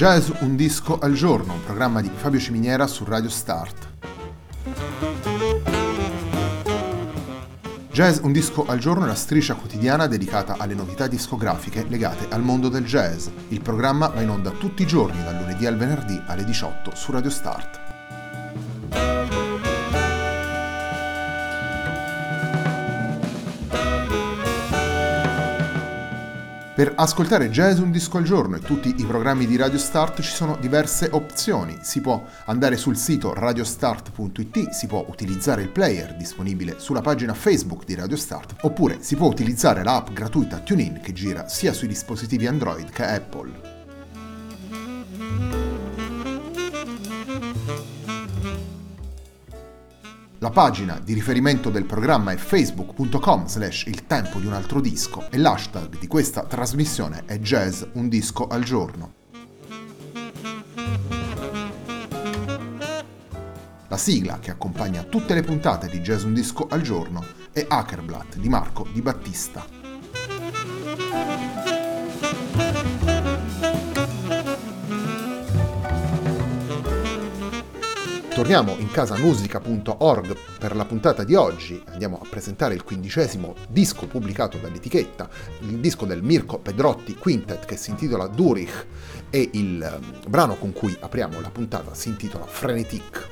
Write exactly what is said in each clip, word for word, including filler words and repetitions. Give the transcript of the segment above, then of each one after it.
Jazz un disco al giorno, un programma di Fabio Ciminiera su Radio Start. Jazz un disco al giorno è la striscia quotidiana dedicata alle novità discografiche legate al mondo del jazz. Il programma va in onda tutti i giorni, dal lunedì al venerdì alle diciotto su Radio Start. Per ascoltare Jazz un disco al giorno e tutti i programmi di Radio Start ci sono diverse opzioni. Si può andare sul sito radiostart punto it, si può utilizzare il player disponibile sulla pagina Facebook di Radio Start, oppure si può utilizzare l'app gratuita TuneIn che gira sia sui dispositivi Android che Apple. La pagina di riferimento del programma è facebook punto com slash il tempo di un altro disco e l'hashtag di questa trasmissione è Jazz un disco al giorno. La sigla che accompagna tutte le puntate di Jazz un disco al giorno è Hackerblatt di Marco Di Battista. Torniamo in casa musica punto org per la puntata di oggi. Andiamo a presentare il quindicesimo disco pubblicato dall'etichetta, il disco del Mirko Pedrotti Quintet che si intitola Durich e il brano con cui apriamo la puntata si intitola Frenetic.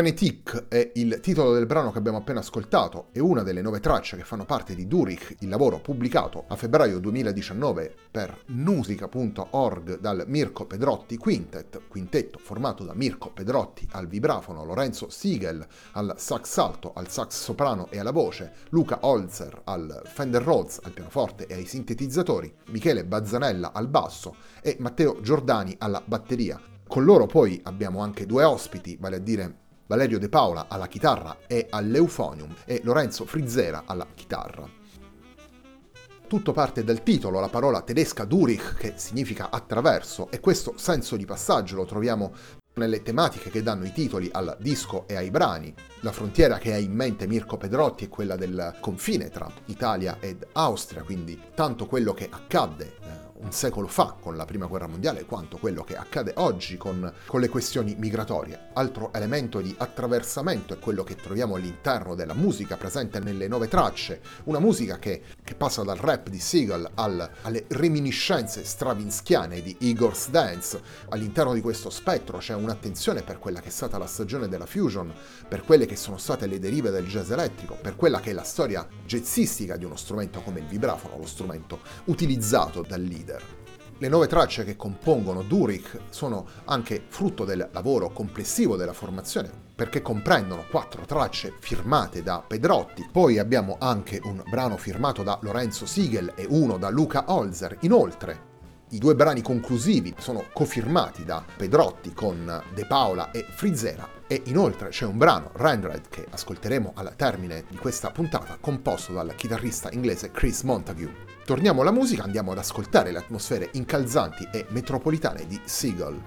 Frenetic è il titolo del brano che abbiamo appena ascoltato, è una delle nove tracce che fanno parte di Durich, il lavoro pubblicato a febbraio duemiladiciannove per musica punto org dal Mirko Pedrotti Quintet, quintetto formato da Mirko Pedrotti al vibrafono, Lorenzo Siegel al sax alto, al sax soprano e alla voce, Luca Holzer al Fender Rhodes al pianoforte e ai sintetizzatori, Michele Bazzanella al basso e Matteo Giordani alla batteria. Con loro poi abbiamo anche due ospiti, vale a dire Valerio De Paola alla chitarra e all'euphonium e Lorenzo Frizzera alla chitarra. Tutto parte dal titolo, la parola tedesca Durich, che significa attraverso, e questo senso di passaggio lo troviamo nelle tematiche che danno i titoli al disco e ai brani. La frontiera che ha in mente Mirko Pedrotti è quella del confine tra Italia ed Austria, quindi tanto quello che accadde eh, un secolo fa con la Prima Guerra Mondiale quanto quello che accade oggi con, con le questioni migratorie. Altro elemento di attraversamento è quello che troviamo all'interno della musica presente nelle nove tracce, una musica che, che passa dal rap di Siegel al, alle reminiscenze stravinskiane di Igor's Dance. All'interno di questo spettro c'è un'attenzione per quella che è stata la stagione della fusion, per quelle che sono state le derive del jazz elettrico, per quella che è la storia jazzistica di uno strumento come il vibrafono, lo strumento utilizzato dal leader. Le nove tracce che compongono Durich sono anche frutto del lavoro complessivo della formazione, perché comprendono quattro tracce firmate da Pedrotti, poi abbiamo anche un brano firmato da Lorenzo Siegel e uno da Luca Holzer. Inoltre i due brani conclusivi sono cofirmati da Pedrotti con De Paola e Frizzera e inoltre c'è un brano, Rendred, che ascolteremo al termine di questa puntata, composto dal chitarrista inglese Chris Montague. Torniamo alla musica, andiamo ad ascoltare le atmosfere incalzanti e metropolitane di Siegel.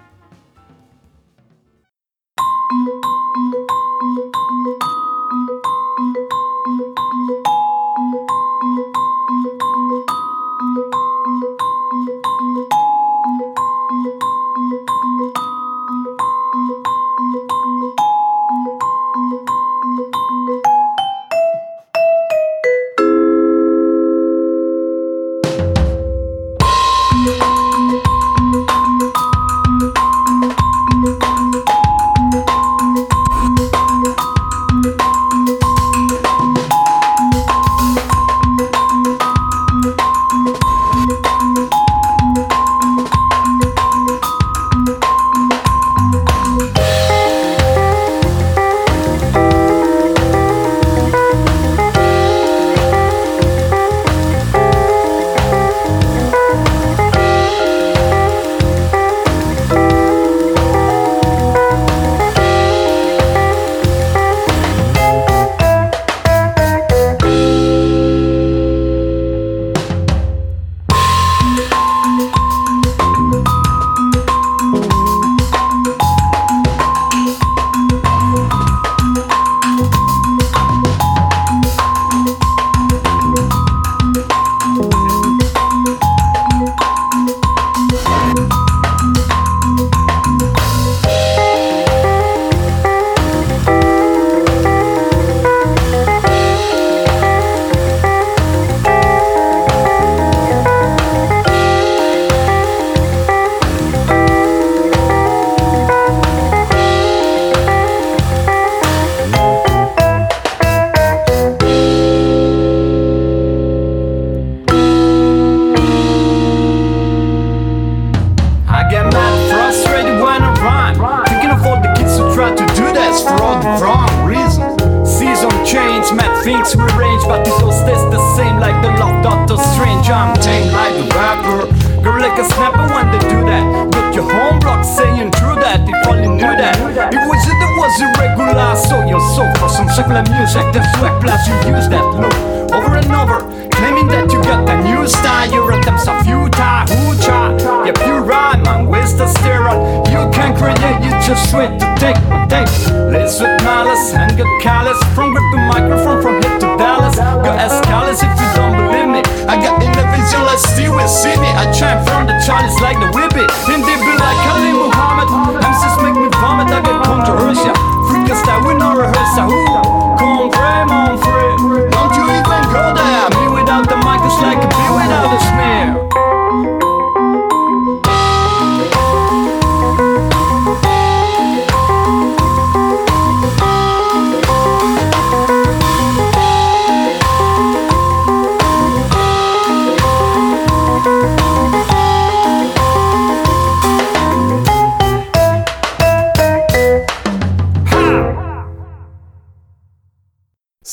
Things rearrange, but it all stays the same like the love Doctor Strange. I'm tame like the rapper, girl like a snapper when they do that. Got your home block saying true that, if only knew that. It was it that was irregular, so you're so for some secular music. That's swag plus you use that look over and over, claiming that you got a new style. Your attempts are futile, hoocha. Yeah, pure rhyme, man, waste the steroid. You can't create, you just wait to take my tape. Lace with malice and get callous from grip the microphone from hip to Dallas. Go ask callous if you don't believe me. I got individual like Steven Sidney. I chant from the Charlies like the whippet. And they be like Ali Muhammad. M Cs make me vomit, I get controversial. Freaking style with no rehearsal. Come free, mon free. Don't you even go there. Me without the mic is like a bee without a snare.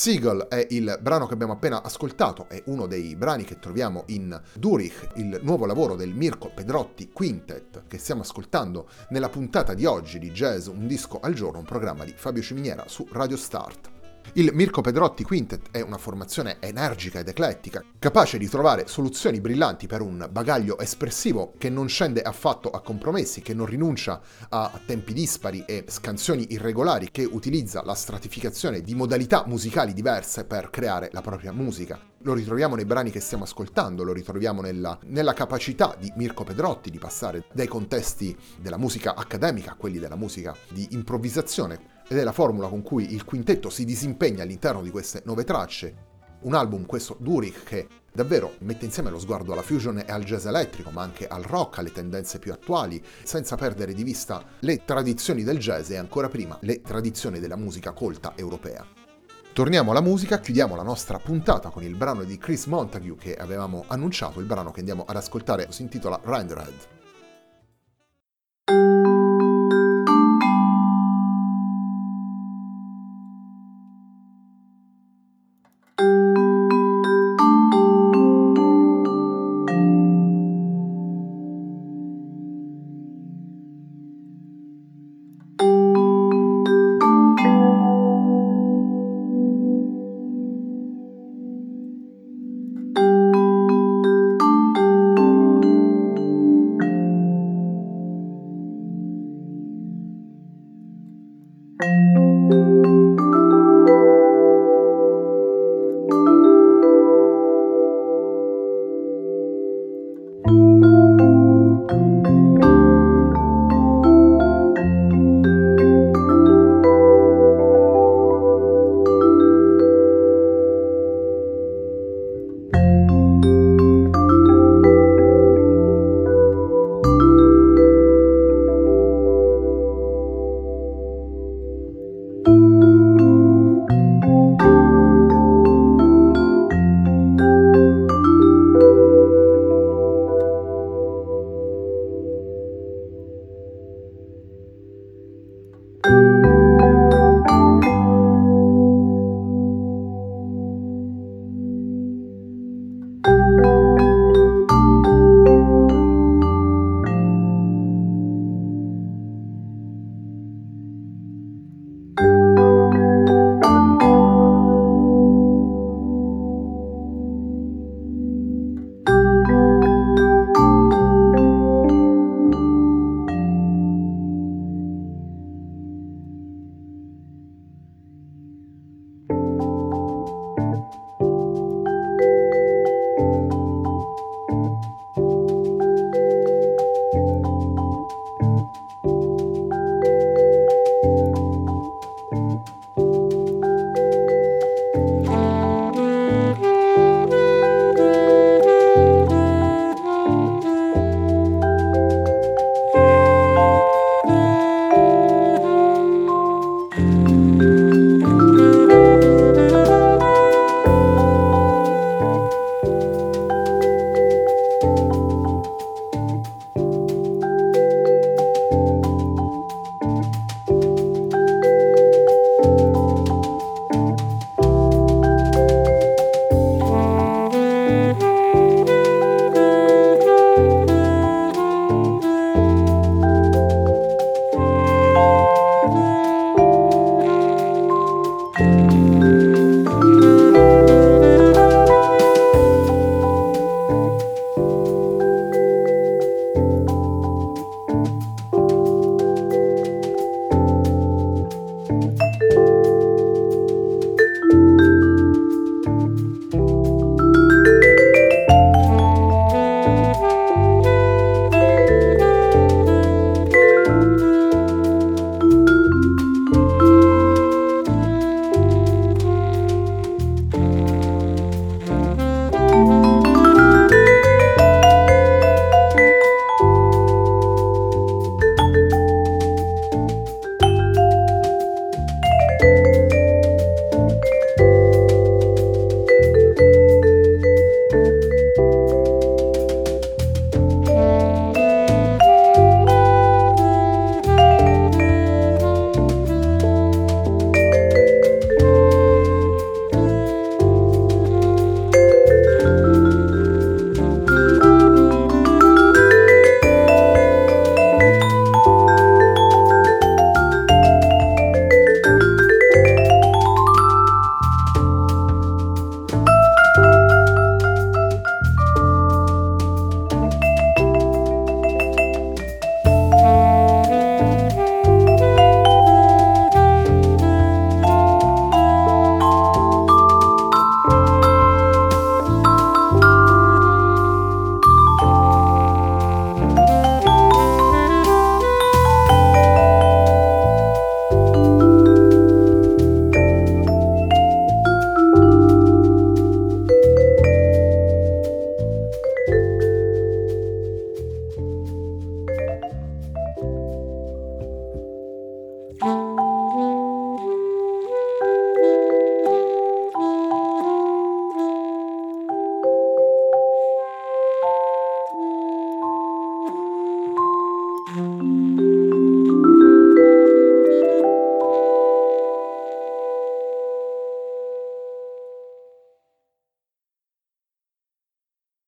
Seagull è il brano che abbiamo appena ascoltato, è uno dei brani che troviamo in Durich, il nuovo lavoro del Mirko Pedrotti Quintet, che stiamo ascoltando nella puntata di oggi di Jazz Un Disco al Giorno, un programma di Fabio Ciminiera su Radio Start. Il Mirko Pedrotti Quintet è una formazione energica ed eclettica, capace di trovare soluzioni brillanti per un bagaglio espressivo che non scende affatto a compromessi, che non rinuncia a tempi dispari e scansioni irregolari, che utilizza la stratificazione di modalità musicali diverse per creare la propria musica. Lo ritroviamo nei brani che stiamo ascoltando, lo ritroviamo nella, nella capacità di Mirko Pedrotti di passare dai contesti della musica accademica a quelli della musica di improvvisazione, ed è la formula con cui il quintetto si disimpegna all'interno di queste nuove tracce. Un album, questo Durich, che davvero mette insieme lo sguardo alla fusion e al jazz elettrico, ma anche al rock, alle tendenze più attuali, senza perdere di vista le tradizioni del jazz e ancora prima le tradizioni della musica colta europea. Torniamo alla musica, chiudiamo la nostra puntata con il brano di Chris Montague che avevamo annunciato. Il brano che andiamo ad ascoltare si intitola Rinderhead.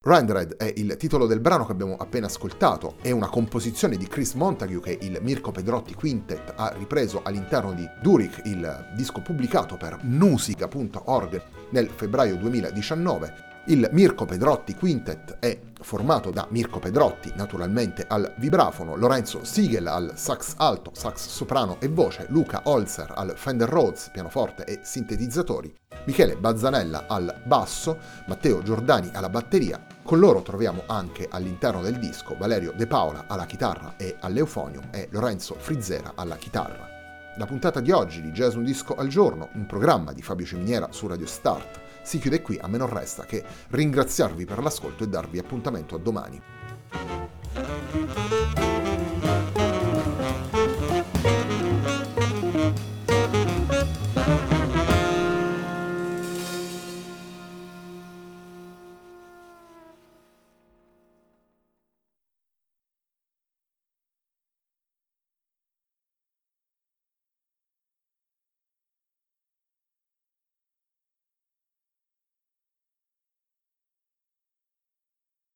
Rendered è il titolo del brano che abbiamo appena ascoltato, è una composizione di Chris Montague che il Mirko Pedrotti Quintet ha ripreso all'interno di Durik, il disco pubblicato per musica punto org nel febbraio duemiladiciannove. Il Mirko Pedrotti Quintet è formato da Mirko Pedrotti, naturalmente al vibrafono, Lorenzo Siegel al sax alto, sax soprano e voce, Luca Holzer al Fender Rhodes, pianoforte e sintetizzatori, Michele Bazzanella al basso, Matteo Giordani alla batteria. Con loro troviamo anche all'interno del disco Valerio De Paola alla chitarra e all'euphonium e Lorenzo Frizzera alla chitarra. La puntata di oggi di Jazz Un Disco al Giorno, un programma di Fabio Ciminiera su Radio Start, si chiude qui. A me non resta che ringraziarvi per l'ascolto e darvi appuntamento a domani.